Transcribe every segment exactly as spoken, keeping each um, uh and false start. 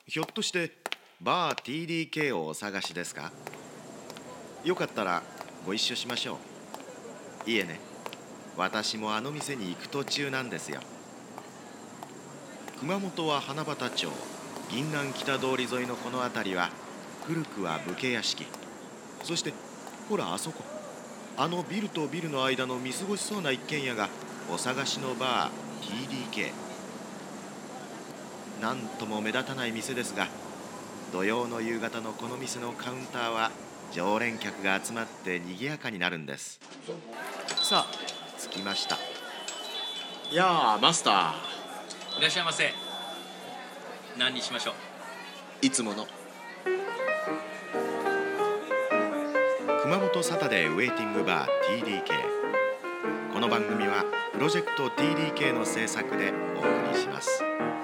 ひょっとしてバー ティーディーケー をお探しですか？よかったらご一緒しましょう。いえね、私もあの店に行く途中なんですよ。熊本は花畑町、銀南北通り沿いのこの辺りは古くは武家屋敷、そしてほらあそこ、あのビルとビルの間の見過ごしそうな一軒家がお探しのバー ティーディーケー。 なんとも目立たない店ですが、土曜の夕方のこの店のカウンターは常連客が集まって賑やかになるんです。さあ着きました。 いやーマスター、 いらっしゃいませ。何にしましょう？ いつもの。 熊本サタデーウェイティングバー ティーディーケー。 この番組はプロジェクト ティーディーケー の制作でお送りします。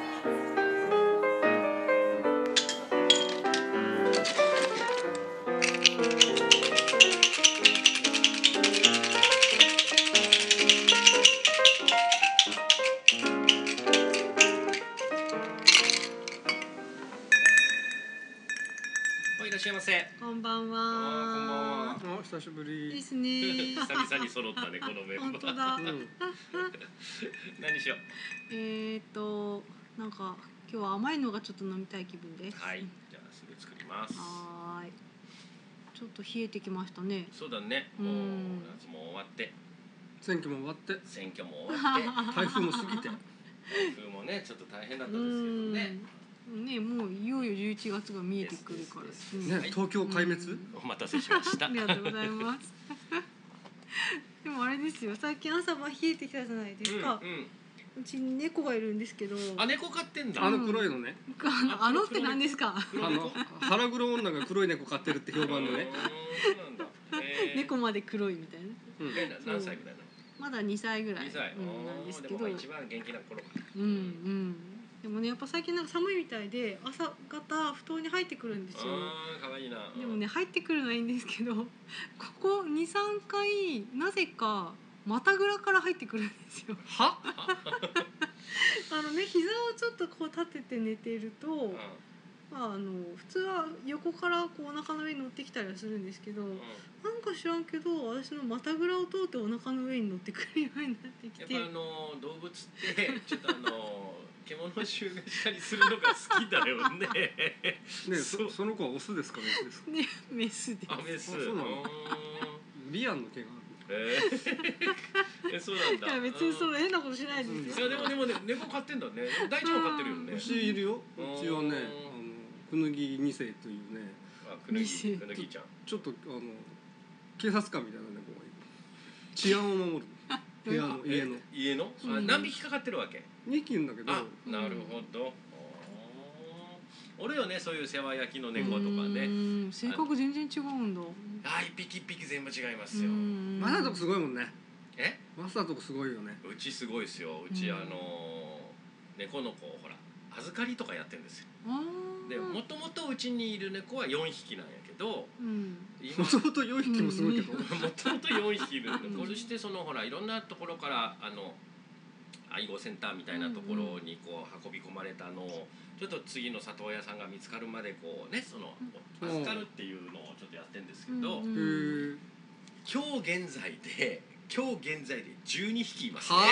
いらっしゃいませ。 こんばんは。 あーこんばんは。 お久しぶりですね。 久々に揃ったねこのメンバー。 本当だ。 うん、 何しよえーっとなんか今日は甘いのがちょっと飲みたい気分です。 う。はい。じゃあすぐ作ります。 はーい。ちょっと冷えてきましたね。 そうだね。 うんもう夏も終わって、 選挙も終わって選挙も終わって、 台風も過ぎて台風もねちょっと大変だったですけどね。 ね、もういよいよじゅういちがつが見えてくるからですね。 ね、東京壊滅、 お待たせしました。 ありがとうございます。でもあれですよ、最近朝晩冷えてきたじゃないですか。 うんうん。 うちに猫がいるんですけど。 あ、猫飼ってんだ。 あの黒いのね、 あのあのって何ですか？ あの腹黒女が黒い猫飼ってるって評判のね、 うーんそうなんだ。へー猫まで黒いみたいな。 うん、 えな何歳ぐらいなの？ まだにさいぐらい、 にさい。 うん、なんですけど、 でもまあ一番元気な頃。 うんうん。でもね、やっぱ最近なんか寒いみたいで朝方布団に入ってくるんですよ。 ああ可愛いな。 でもね、入ってくるのはいいんですけど、ここにさんかいなぜか股ぐらから入ってくるんですよ。 はあのね、膝をちょっとこう立てて寝ていると、 うんまああの普通は横からこうお腹の上に乗ってきたりはするんですけど、 うん。 なんか知らんけど私の股ぐらを通ってお腹の上に乗ってくるようになってきて。 やっぱあの動物ってちょっとあの獣臭がしたりするのが好きだよね。 ね、そその子はオスですかメスですか？ ね、メスです。 あ、メス。 あそうなのうビアンの毛がーんえーえ、そうなんだ。 いや別にその変なことしないですよ。 いやでもでもね猫飼ってんだね。大地も飼ってるよねある。牛いるよ。うちはね、 うんあのくぬぎにせいというね、 あ、くぬぎに世くぬぎちゃん。 ちょっとあの警察官みたいな猫がいる。治安を守る部屋の家のえ家の？あ、 うん何匹かかってるわけ？ にひきいるんだけど、 あ、なるほど。あー俺よねそういう世話焼きの猫とかね。 うん、性格全然違うんだ。 あ、一匹一匹全部違いますよ。 マサとこすごいもんね。 え？ マサとこすごいよね。 うちすごいですよ。うち、 うんあの猫の子をほら預かりとかやってるんですよ。でもともとうちにいる猫はよんひきなんやけど、 うん今もともとよんひきもすごいけど、 もともとよんひきいるんで、 うんこうしてそのほらいろんなところからあの愛護センターみたいなところにこう運び込まれたのをちょっと次の里親さんが見つかるまでこうねその預かるっていうのをちょっとやってるんですけど、 うんへー今日現在で今日現在でじゅうにひきいますね。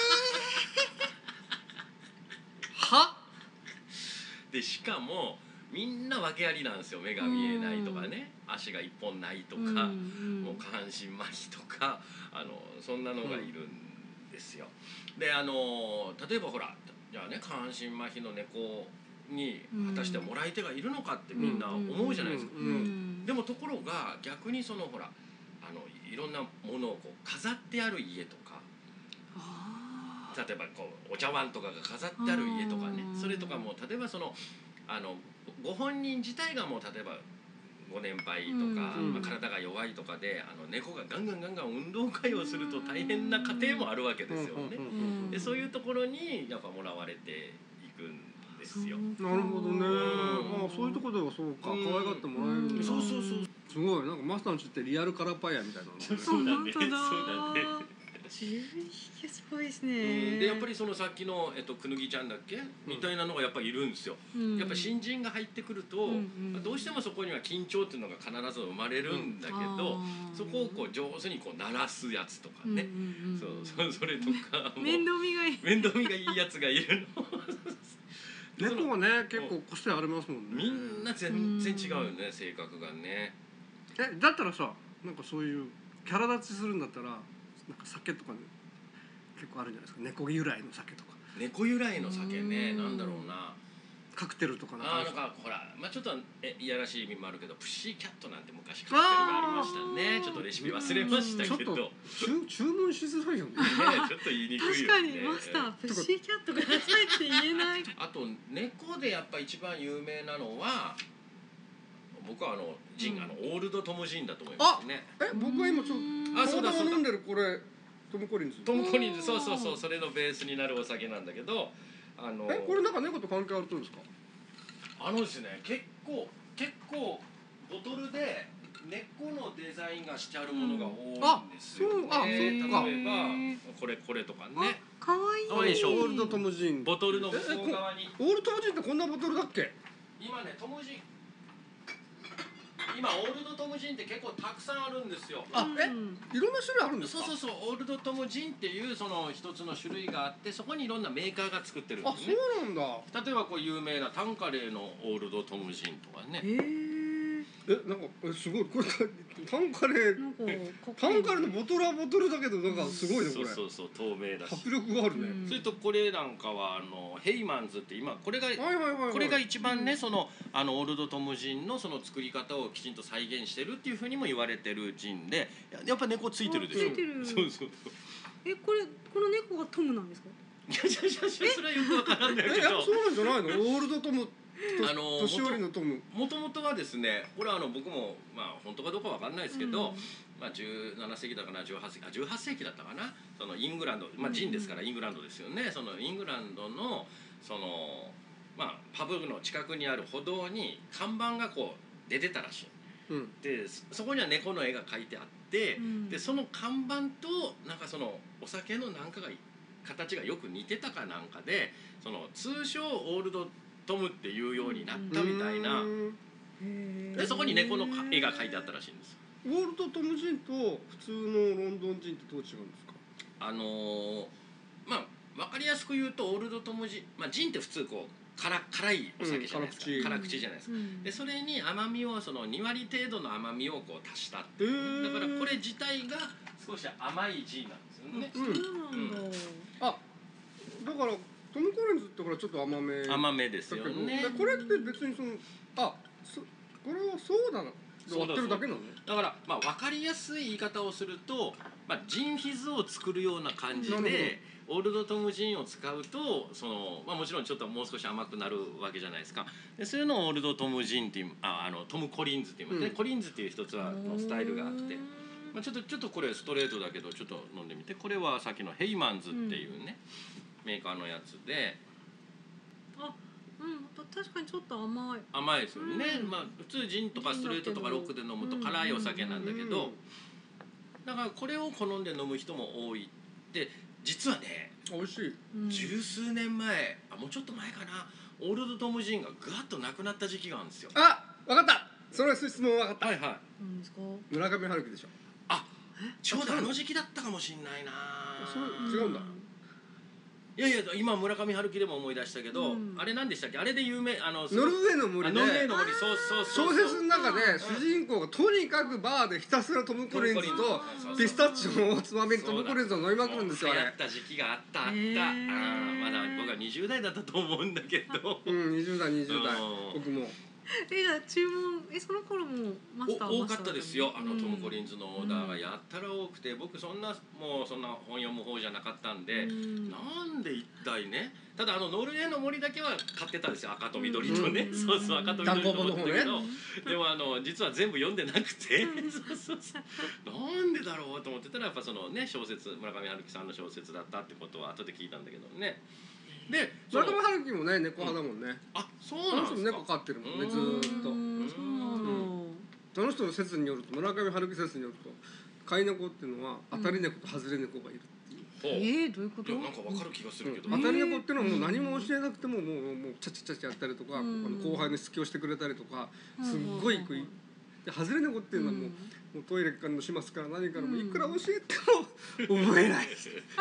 はでしかもみんな訳ありなんですよ。目が見えないとかね、足が一本ないとか、 うんうんもう下半身麻痺とかあのそんなのがいるんですよ。であの例えばほらじゃあね下半身麻痺の猫に果たしてもらい手がいるのかってみんな思うじゃないですか。 うんうんでもところが逆にそのほらあのいろんなものをこう飾ってある家とか。 あ例えばこうお茶碗とかが飾ってある家とかね、 うんそれとかも例えばそのあのご本人自体がもう例えばご年配とか、 うんまあ、体が弱いとかであの猫がガンガンガンガン運動会をすると大変な家庭もあるわけですよね。 うんでそういうところにやっぱもらわれていくんですよ。 なるほどね。 うんあ、そういうとこではそうか、 うん可愛がってもらえるんだ。 そうそうそう。 すごい、なんかマスターの家ってリアルカラーパイヤみたいなのね。 そうだね。 本当だそうだね。 じゅうにひきすごいですうね。 ん、でやっぱりそのさっきの、えっと、くぬぎちゃんだっけ、みたいなのがやっぱりいるんですよ、 うんやっぱ新人が入ってくると、 うんうん、 どうしてもそこには緊張っていうのが必ず生まれるんだけど、 うん、 そこをこう上手にこう鳴らすやつとかね、 うんうんうん、 そうそれとかもう面倒見がいい面倒見がいいやつがいるの猫はね結構個性ありますもんね。 みんな全然違うよね、性格がね。 えだったらさなんかそういうキャラ立ちするんだったらなんか酒とかね結構あるんじゃないですか。猫由来の酒とか猫由来の酒ね、 うんなんだろうな、 カクテルとかあーなんかほら、まあ、ちょっとえいやらしい意味もあるけど、プッシーキャットなんて昔カクテルがありましたね。ちょっとレシピ忘れましたけど、 ちょっと注注文しづらいよね。 ね、ちょっと言いにくい確よね。 かにマスタープッシーキャットくださいって言えないあと猫でやっぱ一番有名なのは、僕はあのジン、 うん、 あのオールドトムジンだと思いますね。 え僕は今ちょっとあそうだそうだ飲んでるこれトムコリンズ。 トムコリンズ、そうそうそう、それのベースになるお酒なんだけど、あのえこれなんか猫と関係あるとですか。 あのですね、結構結構ボトルで猫のデザインがしてあるものが多いんですよね。 うんあそうあそうか例えばこれこれとかね、 かわいい。 かわいいでしょオールドトムジン。 ボトルの向こう側にオールドトムジンってこんなボトルだっけ。 今ねトムジン、今オールドトムジンって結構たくさんあるんですよ。 あえうんいろんな種類あるんですか。 そうそうそう、オールドトムジンっていうその一つの種類があって、そこにいろんなメーカーが作ってるんあですね。 そうなんだ。 例えばこう有名なタンカレーのオールドトムジンとかね。 えー、 えなんかえすごいこれタンカレーなんかかっこいいタンカレーのボトルはボトルだけどなんかすごいねこれ。 そうそうそう、透明だし。 迫力があるね。 うんそれとこれなんかはあのヘイマンズって今これがはいはいはいはい。 これが一番ね、そのあのオールドトムジンのその作り方をきちんと再現してるっていうふうにも言われてるジンで、ややっぱ猫ついてるでしょ。 あついてるそうそう。 えこれこの猫がトムなんですか。 いやいやいやそれはよくわからんだけどえやっぱ。そうなんじゃないの。オールドトムあの年寄りのトム。 もともとはですね、これはあの僕もまあ本当かどうかわかんないですけど、 うんまあじゅうななせいきだかなじゅうはっせいき、あじゅうはっせいきだったかな、そのイングランド、まあジンですからイングランドですよね。そのイングランドのそのまあパブの近くにある歩道に看板がこう出てたらしい。 うん。 でそそこには猫の絵が描いてあって、 うんでその看板となんかそのお酒のなんかが形がよく似てたかなんかで、その通称オールドトムっていうようになったみたいな。 うーんへーでそこに猫の絵が描いてあったらしいんですよ。 オールドトムジンと普通のロンドンジンってどう違うんですか。 あのーまあ分かりやすく言うとオールドトムジン、まあ、ジンって普通こう辛辛いお酒じゃないですか、 うん辛口辛口じゃないですか。 うんでそれに甘みをそのにわり程度の甘みをこう足したってえいう、 ーだからこれ自体が少し甘いジンなんですよね。 うん。 そうなんだ。 あだからトム・コリンズってほらちょっと甘めだ甘めですけど、 よねで。これって別にそのあそこれはソーダで割ってるだけなの。 だからまあ分かりやすい言い方をすると、まあ、ジンフィズを作るような感じなるでオールドトムジンを使うとその、まあ、もちろんちょっともう少し甘くなるわけじゃないですか。でそういうのをオールドトムジンっていうああのトム・コリンズって言いますね、 うんコリンズっていう一つはのスタイルがあって、まあ、ちょっとちょっとこれストレートだけどちょっと飲んでみて。これはさっきのヘイマンズっていうね、メーカーのやつであ、うん、確かにちょっと甘い。 甘いですよね、 うんまあ普通ジンとかストレートとかロックで飲むと辛いお酒なんだけど、だからこれを好んで飲む人も多い。で実はね美味しい。 うん十数年前、あもうちょっと前かな、オールドトムジンがガッとなくなった時期があるんですよ。 あわかった。それ質問わかった。 はいはい。 なんですか。 村上春樹でしょ。 あちょうどあの時期だったかもしんないな。 そう違うんだ。 いやいや今村上春樹でも思い出したけど、 うんあれなんでしたっけ、あれで有名あのノルウェーの森であノルウェーの森、そうそうそう小説の中でうん主人公がとにかくバーでひたすらトム・コリンズとピスタチオをつまみにトム・コリンズを飲みまくるんですよあれ流行っ。た時期があったあった、 へーあーまだ僕はにじゅう代だったと思うんだけどうんにじゅう代にじゅう代うん僕も。 えじゃあ注文えその頃もマスターお多かったですよ。あのトム・コリンンズのオーダーがやったら多くて、僕そんなもうそんな本読む方じゃなかったんで、なんで一体ね、ただあのノルウェーの森だけは買ってたんですよ、赤と緑とね、 うんそうそう赤と緑と思ってたけ単ど、でもあの実は全部読んでなくてそうそうそうなんでだろうと思ってたら、やっぱそのね小説、村上春樹さんの小説だったってことは後で聞いたんだけどね。でその村上春樹もね猫派だもんね。 あそうあの人もなんですか。 猫飼ってるもんねうんずーっと。 うんそうなんだ。 あの人の説によると村上春樹説によると飼い猫っていうのは当たり猫と外れ猫がいるってほうえー、どういうこといやなんかわかる気がするけど、 当たり猫っていうのはもう何も教えなくてももうもうチャチャチャチャやったりとか、あうんの後輩にしつけをしてくれたりとか、 うんすっごいこういで外れ猫っていうのはもう,、 うんもうトイレからのしますから何からもうんいくら教えても覚えない。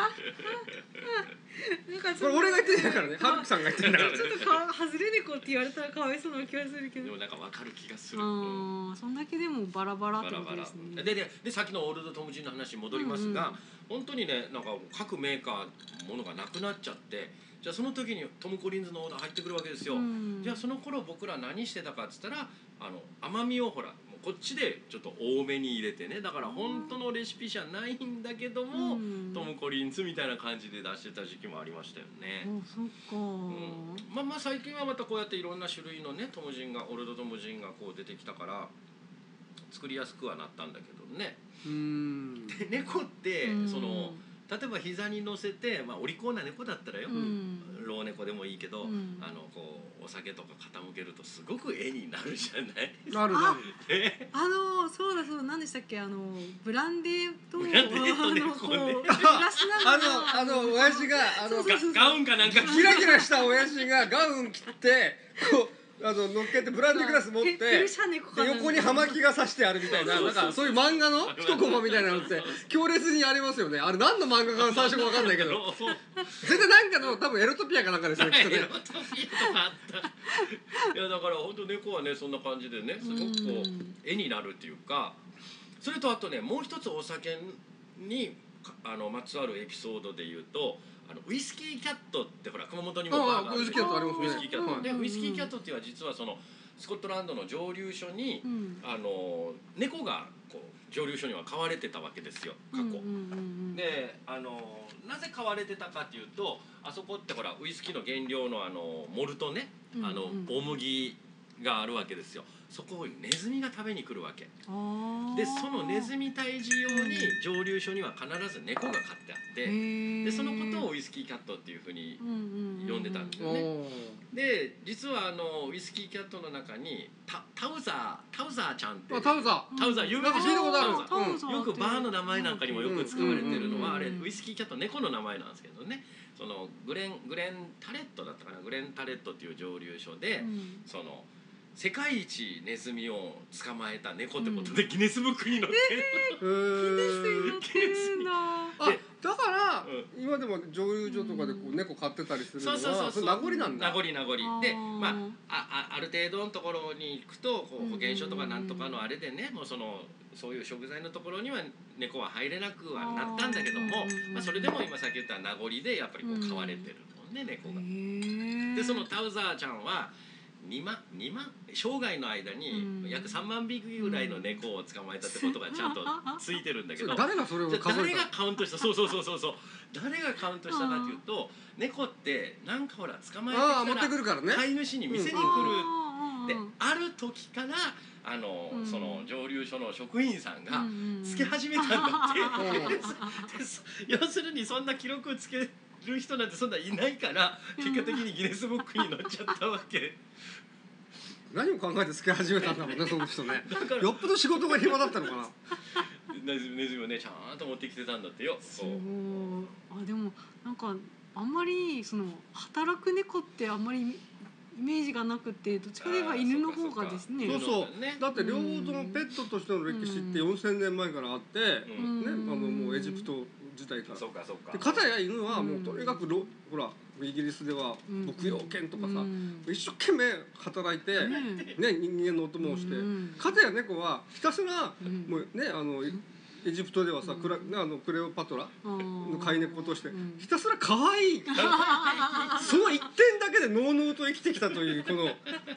なんかちこれょっと俺が言ってんだからね、はるきさんが言ってんだからねちょっとか外れ猫って言われたらかわいそうな気がするけどでもなんかわかる気がする、うんああそんだけでもバラバラってバラバラことですねでででさっきのオールドトムジンの話に戻りますが、本当にねなんか各メーカーものがなくなっちゃって、じゃあその時にトム・コリンズのオーダー入ってくるわけですよ、 うんじゃあその頃僕ら何してたかっつったらあの甘みをほらもうこっちでちょっと多めに入れてね、だから本当のレシピじゃないんだけども、 うんトム・コリンズみたいな感じで出してた時期もありましたよね。 おそっか、 うんまあまあ最近はまたこうやっていろんな種類のねトムジンがオールドトムジンがこう出てきたから作りやすくはなったんだけどね。 うーんで猫ってうんその例えば膝に乗せて、まあ、お利口な猫だったらよ、 うん老猫でもいいけど、 うんあのこうお酒とか傾けるとすごく絵になるじゃないあるあえあのそうだそうだ何でしたっけあのブランデーとブランデーとあの猫ねこう揺らしなあがらのあの親父があのそうそうそうガガウンかなんかキラキラした親父がガウン着てこうあの乗っけてブランデーグラス持ってペルシャ猫かでなんか横に葉巻が刺してあるみたいな、なんかそういう漫画の一コマみたいなのって強烈にありますよね。あれ何の漫画か最初か分かんないけど絶対なんかの多分エロトピアかなんかですねきっとね。 エロトピアとかあったいやだから本当猫はねそんな感じでねすごくこううん絵になるっていうか、それとあとねもう一つお酒にかあのまつわるエピソードで言うと、あのウイスキーキャットってほら熊本にもバーがあるああウイスキーキャットありますね。 ウイスキーキャット、 はいでウイスキーキャットっていうのは実はそのスコットランドの蒸留所に、 うんあの猫がこう蒸留所には飼われてたわけですよ過去。 うんうんうんであのなぜ飼われてたかっていうと、あそこってほらウイスキーの原料のあのモルトね、 うんあのうん大麦があるわけですよ。そこをネズミが食べに来るわけあーで、そのネズミ退治用に蒸留所には必ず猫が飼ってあって、 へーでそのことをウイスキーキャットっていうふうにうんうんう呼んでたんですおよね。 ーで実はあのウイスキーキャットの中にタタウザータウザーちゃんってあタウザタウザー有名でしょ。 なんか聞いたことあるタウザータウザーよくバーの名前なんかにもよく使われてるのはあれうんウイスキーキャット猫の名前なんですけどね、そのグレングレンタレットだったかな、グレンタレットっていう蒸留所で、 うんその世界一ネズミを捕まえた猫ってことでギネスブックに載ってる、 へー乗ってるんだあだからう今でも蒸留所とかでこう猫飼ってたりするのそうそうそうそうはそれ名残なんだ。 名残名残であーまああある程度のところに行くとこうんう保険証とかなんとかのあれでね、もうそのそういう食材のところには猫は入れなくはなったんだけども、 あーまあ、それでも今さっき言った名残でやっぱりこう飼われてるもんね、猫が。 へーでそのタウザーちゃんはにまんにまん生涯の間に約さんまんびきぐらいの猫を捕まえたってことがちゃんとついてるんだけど、 それ誰がそれをじゃあ数えた誰がカウントしたそうそうそうそうそう誰がカウントしたかっていうと、猫ってなんかほら捕まえてああ持きたらってくるからね。 飼い主に見せに来る、 あーである時からあの、 うんその蒸留所の職員さんがうんつけ始めたんだって、 うんでそ要するにそんな記録をつける人なんてそんないないから結果的にギネスブックに載っちゃったわけ。 何を考えてつけ始めたんだろうねその人ね。 だからよっぽど仕事が暇だったのかな。 ネズミネズミをねちゃんと持ってきてたんだってよ。 すごいあでもなんかあんまりその働く猫ってあんまりイメージがなくてどっちかといえば犬の方がですねそうそうねだって両方ともペットとしての歴史ってよんせんねんまえからあって、 うんね、あのもうエジプト時代からそうかそうか。 で片や犬はもうとにかくロほらイギリスではうん牧羊犬とかさ、 うん一生懸命働いて、 ねね、人間のお供をして、 うん片や猫はひたすらうんもうねあのエジプトではさ、クラねあのクレオパトラの飼い猫としてうんひたすら可愛いその一点だけでのうのうと生きてきたというこの、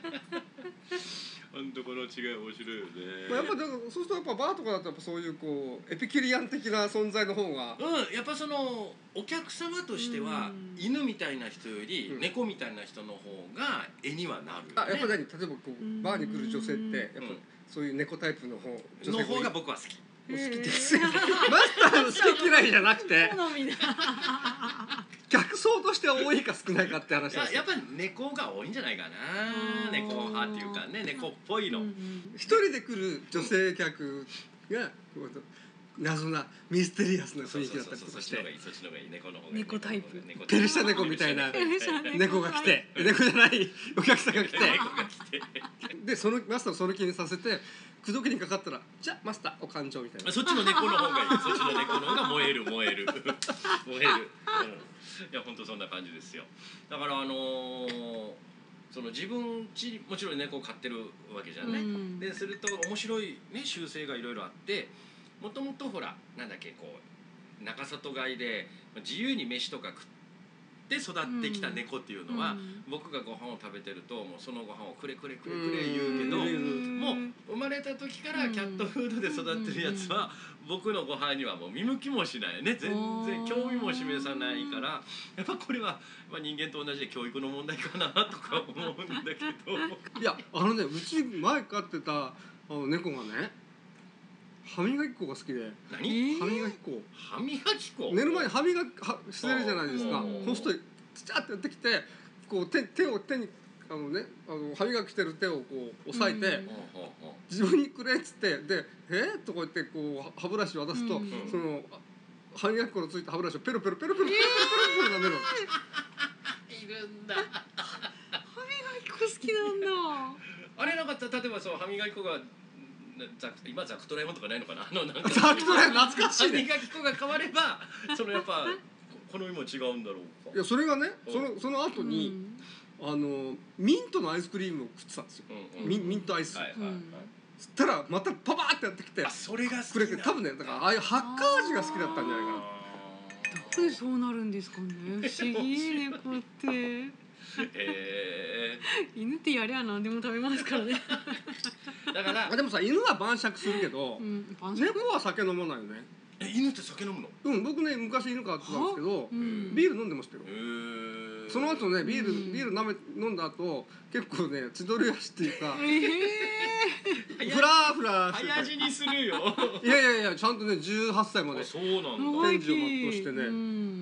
本当この違い面白いよね。 まあ、やっぱだからそうするとやっぱバーとかだとやっぱそういうこうエピキュリアン的な存在の方がうん、やっぱそのお客様としては、 うん犬みたいな人よりうん猫みたいな人の方が絵にはなるよね。 あやっぱ何例えばこううんバーに来る女性ってやっぱうんそういう猫タイプの方女性の方が僕は好き。 好きですマスターの好き嫌いじゃなくて好みだ客層としては多いか少ないかって話ですややっぱ猫が多いんじゃないかな。 うん猫派っていうかね、猫っぽいの。 うんうん一人で来る女性客がこう謎なミステリアスな雰囲気だったりとかして、 そっちの方がいい、猫の方がいい。 猫タイプペルシャ猫みたいなペルシャ猫猫が来て、猫じゃないお客さんが来て、 猫が来てでそのマスターをその気にさせて、口説きにかかったら、じゃあマスターお勘定みたいな。 そっちの猫の方がいい。そっちの猫の方が燃える燃える燃える、うん、いや本当そんな感じですよ。だからあのー、その自分ちもちろん猫を飼ってるわけじゃんね、うん、ですると面白いね習性がいろいろあって、もともとほらなんだっけこう中里飼いで自由に飯とか食って育ってきた猫っていうのは、うん、僕がご飯を食べてるともうそのご飯をくれくれくれくれ言うけど、うん、もう生まれた時からキャットフードで育ってるやつは僕のご飯にはもう見向きもしないね、全然興味も示さないから、やっぱこれは、まあ、人間と同じで教育の問題かなとか思うんだけどいやあのね、うち前飼ってたあの猫がね歯磨き粉が好きで。 何？ 歯磨き粉。 歯磨き粉。 寝る前に歯磨きしてるじゃないですか。そうするとチャーってやってきて、こう手手を手にあのねあの歯磨きしてる手をこう押さえて、うん、自分にくれっつってでえー、とこうやってこう歯ブラシ渡すと、うん、その歯磨き粉のついた歯ブラシをペロペロペロペロペロペロペロ舐める。 いるんだ。 歯磨き粉好きなんだ。 あれなんか例えばそう歯磨き粉が今ザクトラえもんとかないのかな、あのなんかザクトラえもん懐かしいね。 歯磨き粉が変わればそのやっぱ好みも違うんだろうか。 いやそれがねそのその後に、うん、あのミントのアイスクリームを食ってたんですよ、うんうん、ミ, ミントアイス、はいはいはい、そしたらまたパパーってやってきて、 あそれが好きくれて多分ねだからああいうハッカー味が好きだったんじゃないかな。 どうでそうなるんですかね、不思議猫ってえー、犬ってやりゃ何でも食べますからねだからでもさ犬は晩酌するけど、うん、猫は酒飲まないよね。 え犬って酒飲むの？ うん僕ね昔犬飼ってたんですけど、うん、ビール飲んでましたよ。その後ねビール、うん、ビール舐め飲んだ後結構ね千鳥足っていうか、えー、フラーフラーして早死にするよいやいやいやちゃんとねじゅうはっさいまでそうなんだ天寿を全うしてね、うん、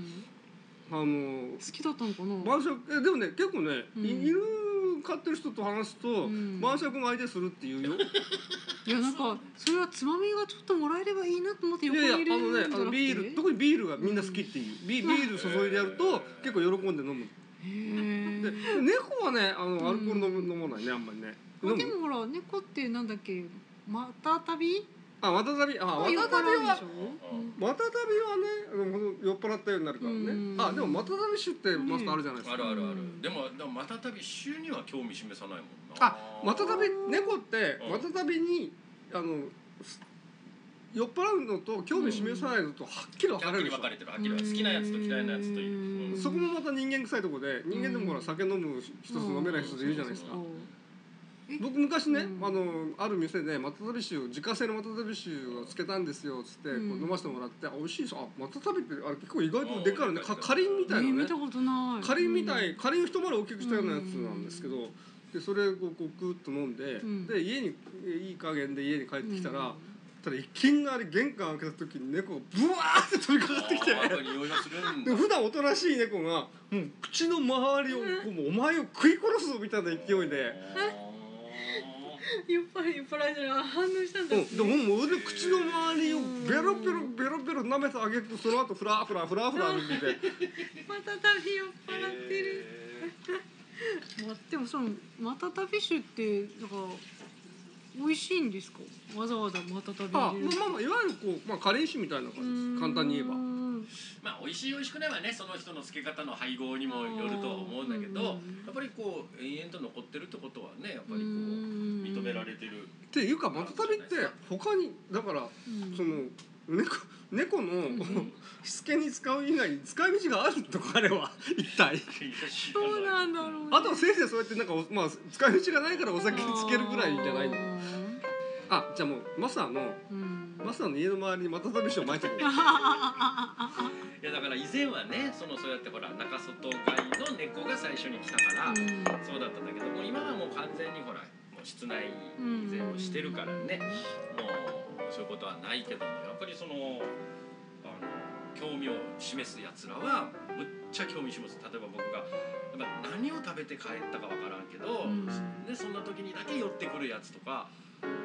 あの好きだったのかな晩酌。えでもね結構ね、うん、犬飼ってる人と話すと、うん、晩酌も相手するって言うよいやなんかそれはつまみがちょっともらえればいいなと思って横にいるんじゃなくて、いやいやあのねあのビール特にビールがみんな好きっていう、うん、ビ, ビール注いでやると結構喜んで飲む。へで猫はねあのアルコール飲む、うん、飲まないねあんまりね。 でもほら猫ってなんだっけまたたびあまたたびあまたたびはまたたびはね酔っ払ったようになるからね。あでもまたたび酒ってマスターあるじゃないですか。 あるあるある。でもでもまたたび酒には興味示さないもんな。 あまたたび猫ってまたたびにあの酔っ払うのと興味示さないのとはっきり分かれるでしょ。 はっきり分かれてるはっきり好きなやつと嫌いなやつという。 そこもまた人間臭いとこで人間でもほら酒飲む人と飲めない人いるじゃないですか。僕昔ね、うん、あのある店でまたたび酒自家製のまたたび酒をつけたんですよっつって、うん、こう飲ませてもらって美味しいですあまたたびってあれ結構意外とでかいのねかかりんみたいなね、 見たことないかりんみたいかりんを一回り大きくしたようなやつなんですけど、でそれをこうこうクーッと飲んで、うん、で家にいい加減で家に帰ってきたら、うんただいきなり玄関開けた時に猫がブワーって飛びかかってきてで普段おとなしい猫がもう口の周りをこうもうお前を食い殺すぞみたいな勢いで酔っ払い酔っ払いじゃない反応したんだ、ね、 うん、でももう口の周りをベロベロベロベロ舐めてあげてその後フラフラフラフラ見てまたたび酔っ払ってるまでもそのまたたび酒ってだから美味しいんですかわざわざまたたびあ、まあまあいわゆるこう、まあ、カレー酒みたいな感じです簡単に言えばまあ美味しい美味しくないはねその人の漬け方の配合にもよるとは思うんだけどやっぱりこう延々と残ってるってことはねやっぱりこう認められてるっていうかまたたびって他にだからその猫, 猫のしつけに使う以外に使い道があると彼は一体そうなんだろう、ね、 あとはせいぜいそうやってなんか、まあ、使い道がないからお酒につけるぐらいじゃないのあじゃあもうマスターの、うん、マスターの家の周りにまたたび酒を撒いてくるいやだから以前はねそのそうやってほら中外飼いの猫が最初に来たから、うん、そうだったんだけども今はもう完全にほらもう室内以前をしてるからね、うん、もうそういうことはないけどもやっぱりそのあの興味を示すやつらはむっちゃ興味示す。例えば僕が何を食べて帰ったかわからんけど、うん、でそんな時にだけ寄ってくるやつとかで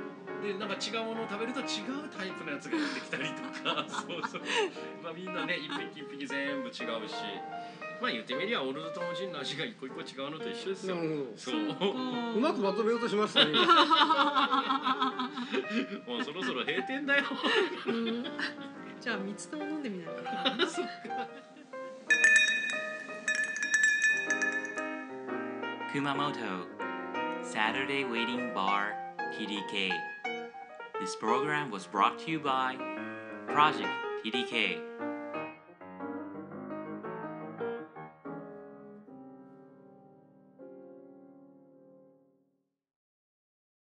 でなんか違うものを食べると違うタイプのやつが出てきたりとかそうそう、まあ、みんなね一匹一匹全部違うし、まあ言ってみりゃオールドトムジンの味が一個一個違うのと一緒ですよ。 なるほど。 そううまくまとめようとしましたね。 もうそろそろ閉店だよ。 うん、じゃあみっつとも飲んでみないかな。そっか。 Kumamoto Saturday Waiting Bar T D K. This program was brought to you by Project T D K.